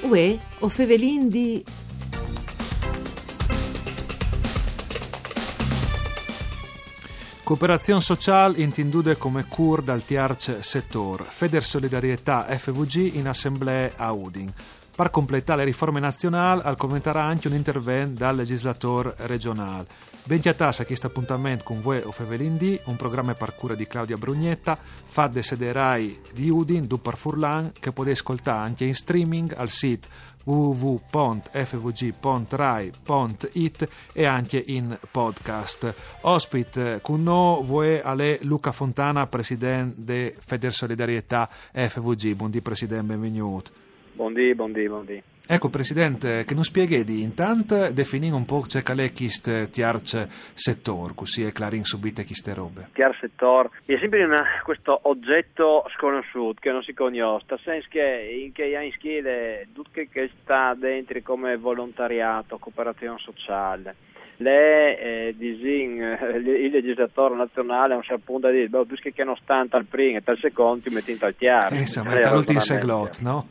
Uè, o fevelin di... Cooperazione sociale intenduta come cur dal tiarc settor, Feder Solidarietà FVG in assemblea a Udin. Per completare le riforme nazionali, al commentare anche un intervento dal legislatore regionale. Ben chiatassa a questo appuntamento con voi o Fevelin D, un programma per cura di Claudia Brugnetta, fa de sederai di Udin, du per Furlan, che potete ascoltare anche in streaming al sito www.fvg.rai.it e anche in podcast. Ospite con noi voi è Luca Fontana, presidente di Feder Solidarietà FVG. Buondì presidente, benvenuto. Buondì. Ecco presidente, che non spieghi di intanto definire un po' c'è che chist tiarc settor, così è clarin subite queste robe. Tiarc settor è sempre questo oggetto sconosciuto che non si conosce, nel senso che in che anni schile tutto che sta dentro come volontariato, cooperazione sociale. Il legislatore nazionale a un certo punto dice che non sta al primo e al secondo ti metti in tal tiarc. Insomma, è l'ultimo seglot, no?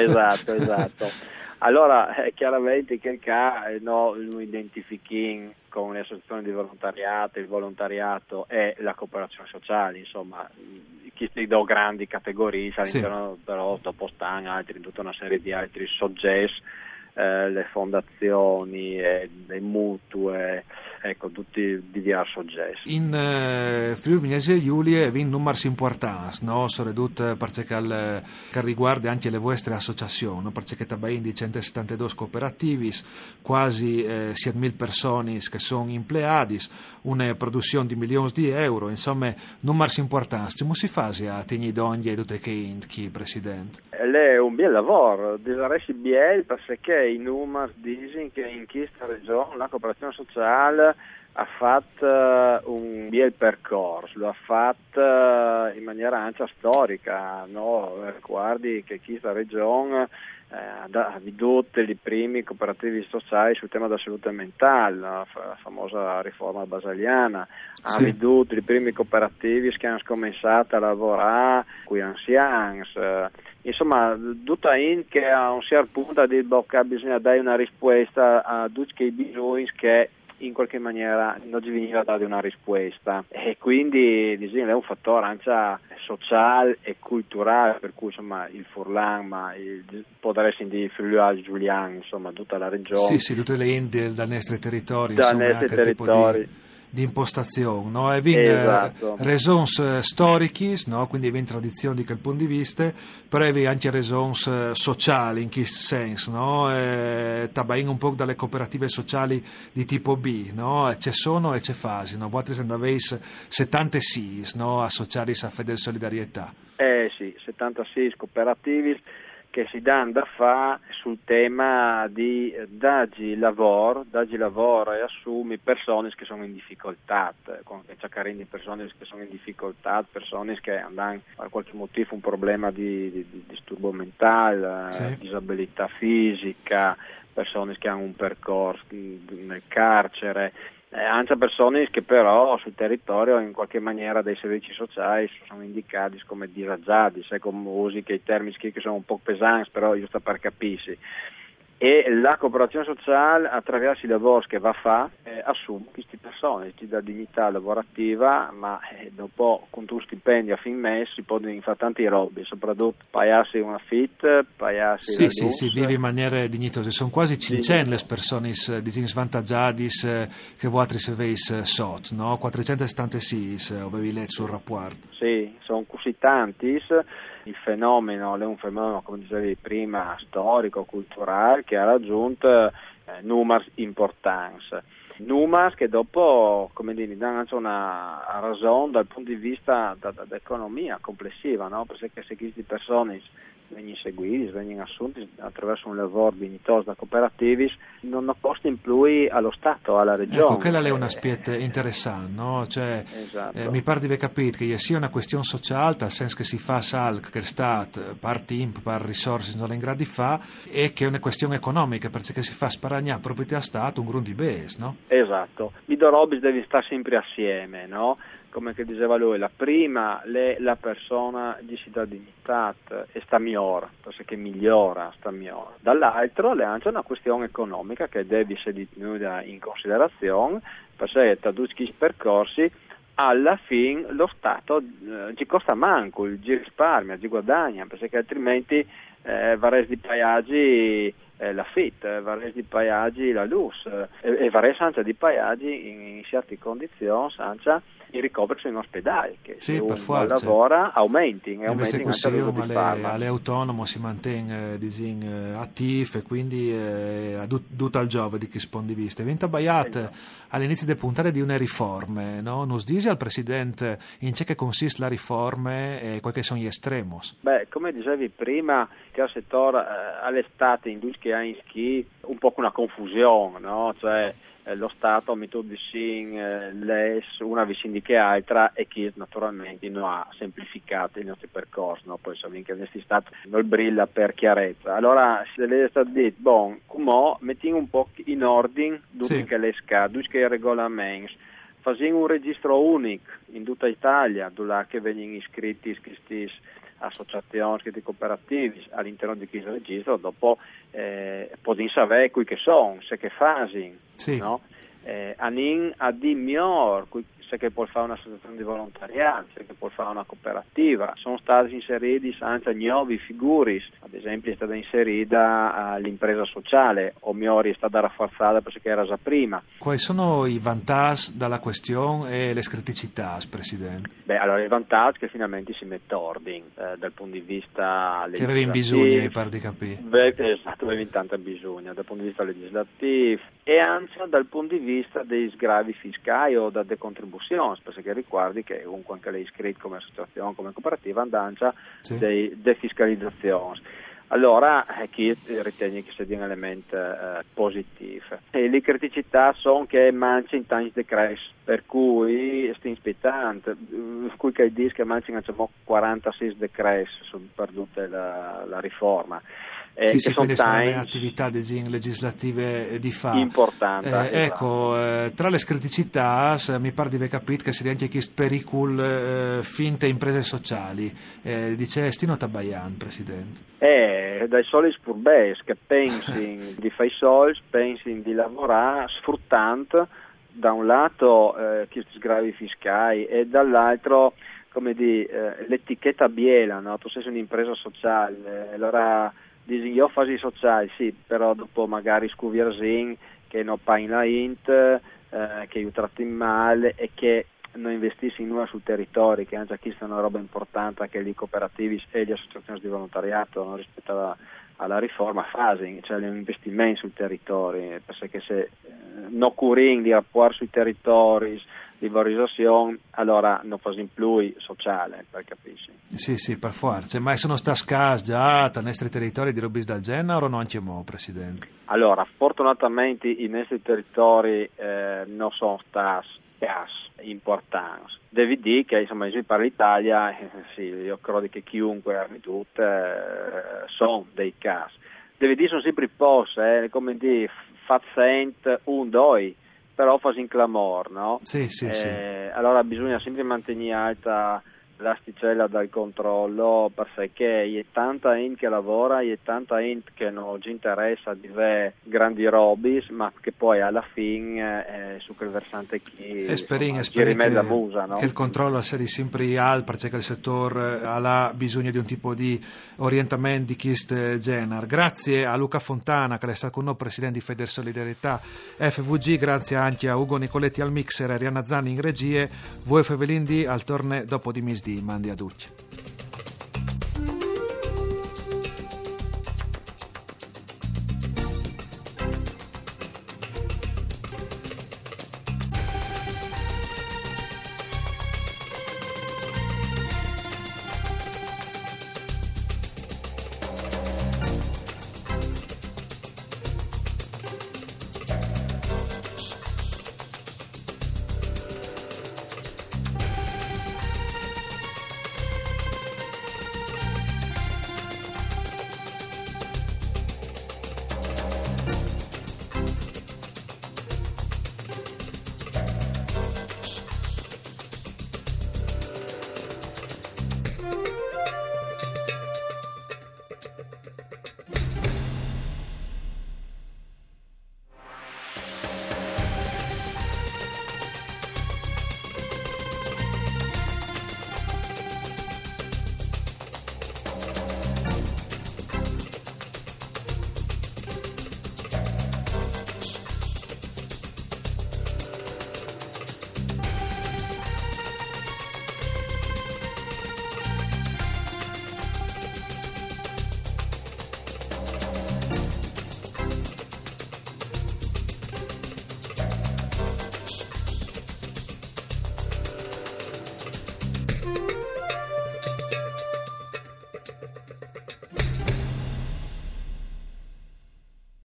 Esatto. Allora, chiaramente che lo identifichi con le associazioni di volontariato, il volontariato e la cooperazione sociale, insomma, queste due grandi categorie, all'interno però dopo stanno altri, tutta una serie di altri soggetti, le fondazioni, le mutue, ecco, tutti di diversi soggetti. In Friuli Venezia Giulia vi numeri importanti, no? Soprattutto perché che riguarda anche le vostre associazioni, no? Perché tabain di 172 cooperativi, quasi 7.000 persone che sono empleati, una produzione di milioni di euro, insomma, numeri importanti. Come si fa a tenere d'ogni e tutte che presidente? È un bel lavoro, disarresti biel perché i numeri dicono che in questa regione la cooperazione sociale ha fatto un bel percorso, lo ha fatto in maniera anche storica, no? Guardi che questa regione ha vedute i primi cooperativi sociali sul tema della salute mentale, la famosa riforma basaliana, ha veduto i primi cooperativi che hanno cominciato a lavorare con gli anziani, insomma, tutta in che a un certo punto bisogna dare una risposta a tutti i bisogni che in qualche maniera non ci veniva data una risposta e quindi è un fattore anche sociale e culturale, per cui insomma il Furlan, ma potrebbe essere di Friuli Giuliano, insomma tutta la regione. Sì, tutte le Indie dal nostro territorio, insomma, anche il tipo di impostazione, no? E vin raisons storiche, no? Quindi vin tradizioni di quel punto di vista, però vi anche raisons sociali in questo senso, no? Tabain un po' dalle cooperative sociali di tipo B, no? C'è sono e c'è fasi, no? Voi avete 76, no? Associati a Feder Solidarietà. Sì, 76 cooperativi che si danno da fare sul tema di dagli lavoro e assumi persone che sono in difficoltà, cercare persone che sono in difficoltà, persone che hanno per qualche motivo un problema di disturbo mentale, disabilità fisica, persone che hanno un percorso nel carcere, anche persone che però sul territorio in qualche maniera dei servizi sociali sono indicati come disagiati, come usi che i termini che sono un po' pesanti, però io sto per capirsi. E la cooperazione sociale attraverso i lavori che va a fare assume queste persone, ti dà dignità lavorativa, ma dopo con tuo stipendio a fin mese si possono fare tanti robe, soprattutto pagarsi un affitto, pagarsi la luce. Sì, vive in maniera dignitosa. Sono quasi 500 le persone di svantaggiate che voi avete sotto, no? 476 avevi letto sul rapporto. Sì, sono così tanti. Il fenomeno è un fenomeno, come dicevi prima, storico, culturale, che ha raggiunto numeri importanti. Numeri che dopo, come dire, danno anche una ragione dal punto di vista dell'economia complessiva, no? Perché se queste persone vengono seguiti, vengono assunti attraverso un lavoro dignitoso da cooperativi, non costano più allo Stato, alla Regione. Ecco, quella è un aspetto interessante, no? Cioè, esatto. Mi pare di aver capito che sia una questione sociale, nel senso che si fa salc che il Stato, per tempo, per risorse non è in grado di fare, e che è una questione economica, perché si fa sparagnare proprietà a Stato un grund di base, no? Esatto. I due robi devi stare sempre assieme, no? come che diceva lui, la prima la persona di cittadinità e sta migliore, perché migliora, sta migliore. Dall'altro le anche una questione economica che deve essere tenuta in considerazione, perché tra tutti questi percorsi alla fine lo Stato ci costa manco, ci risparmia, ci guadagna, perché altrimenti varresti di pagaggi l'affitto, varresti di pagaggi la luce e varresti anche di pagaggi in certe condizioni anche il ricovero in ospedale, che sì, se uno forza. lavora aumenti Invece anche il così alle autonomo si mantiene attivo e quindi a tutto il giove di chi spondi viste. Vinta Baiat all'inizio di puntare di una riforme, no? Nos dice al Presidente in che consiste la riforme e quali sono gli estremos? Beh, come dicevi prima, che al settore all'estate in che ha in schi un po' una confusione, no? Cioè lo Stato metto una vicina che altra e chi naturalmente non ha semplificato il nostro percorso, no? Poi sappiamo che questo Stato non brilla per chiarezza. Allora se le è stato detto, come mettiamo un po' in ordine tutte le scade, tutti i regolamenti, facciamo un registro unico in tutta Italia, dove che vengono iscritti questi associazioni, questi cooperativi all'interno di questo registro, dopo possiamo sapere qui che sono, se che fanno, sì. No? Anin a di miglior, se che può fare un'associazione di volontariato, se che può fare una cooperativa, sono stati inseriti anche nuovi figuri, ad esempio è stata inserita l'impresa sociale, o migliori è stata rafforzata perché era già prima. Quali sono i vantaggi dalla questione e le criticità, Presidente? Beh, allora il vantaggio è che finalmente si mette ordine dal punto di vista legislativo. Che avevi bisogno, mi pare di capire. Beh, esatto, avevi tanta bisogno dal punto di vista legislativo e anche dal punto di vista dei sgravi fiscali o da decontribuzioni, perché ricordi che comunque anche lei è iscritto come associazione, come cooperativa, andancia dei defiscalizzazioni. Allora, chi ritiene che sia un elemento positivo. E le criticità sono che manca in tanti decreti, per cui sta inspiegante, cui che dice che mancano 46 decreti per tutta la riforma. Sì, quindi sono attività legislative di fa. Importanti. Ecco, tra le criticità mi pare di aver capito che si anche questo pericolo finte imprese sociali. Dice Stino Tabaian, Presidente. Dai soli spurbes che pensi di fare i soldi, pensi di lavorare sfruttando da un lato questi sgravi fiscali e dall'altro come l'etichetta biela, no? Tu sei un'impresa sociale, allora dici io faccio i sociali, sì, però dopo magari scuviersin che non paghi la int, che io tratti male e che non investissi in nulla sul territorio, che anche questa è una roba importante che gli cooperativi e le associazioni di volontariato non rispetto alla riforma fanno, cioè l'investimento sul territorio, perché se non curin di rapporti sui territori, di valorizzazione, allora non fa più sociale, per capisci. Sì, per forza, ma sono stati scasi già nei nostri territori di robis del genere o non c'è mo, Presidente? Allora, fortunatamente i nostri territori non sono stati scasi importanti. Devi dire che insomma per l'Italia, sì, io credo che chiunque ha veduto sono dei casi. Devi dire sono sempre posti, come dire, fa sent un doi, però fa in clamor, no? Sì. Allora bisogna sempre mantenere alta l'asticella dal controllo, perché è tanta gente che lavora, è tanta gente che non ci interessa di avere grandi robis, ma che poi alla fine su quel versante chi rimeda musa, no? Che il controllo sia sempre alto, perché il settore ha bisogno di un tipo di orientamento di questo genere. Grazie a Luca Fontana che è stato con noi, Presidente di Federsolidarietà FVG, grazie anche a Ugo Nicoletti al mixer, Arianna Zanni in regie, voi Fevelindi al torne dopo di misdì. Mandi a tutti.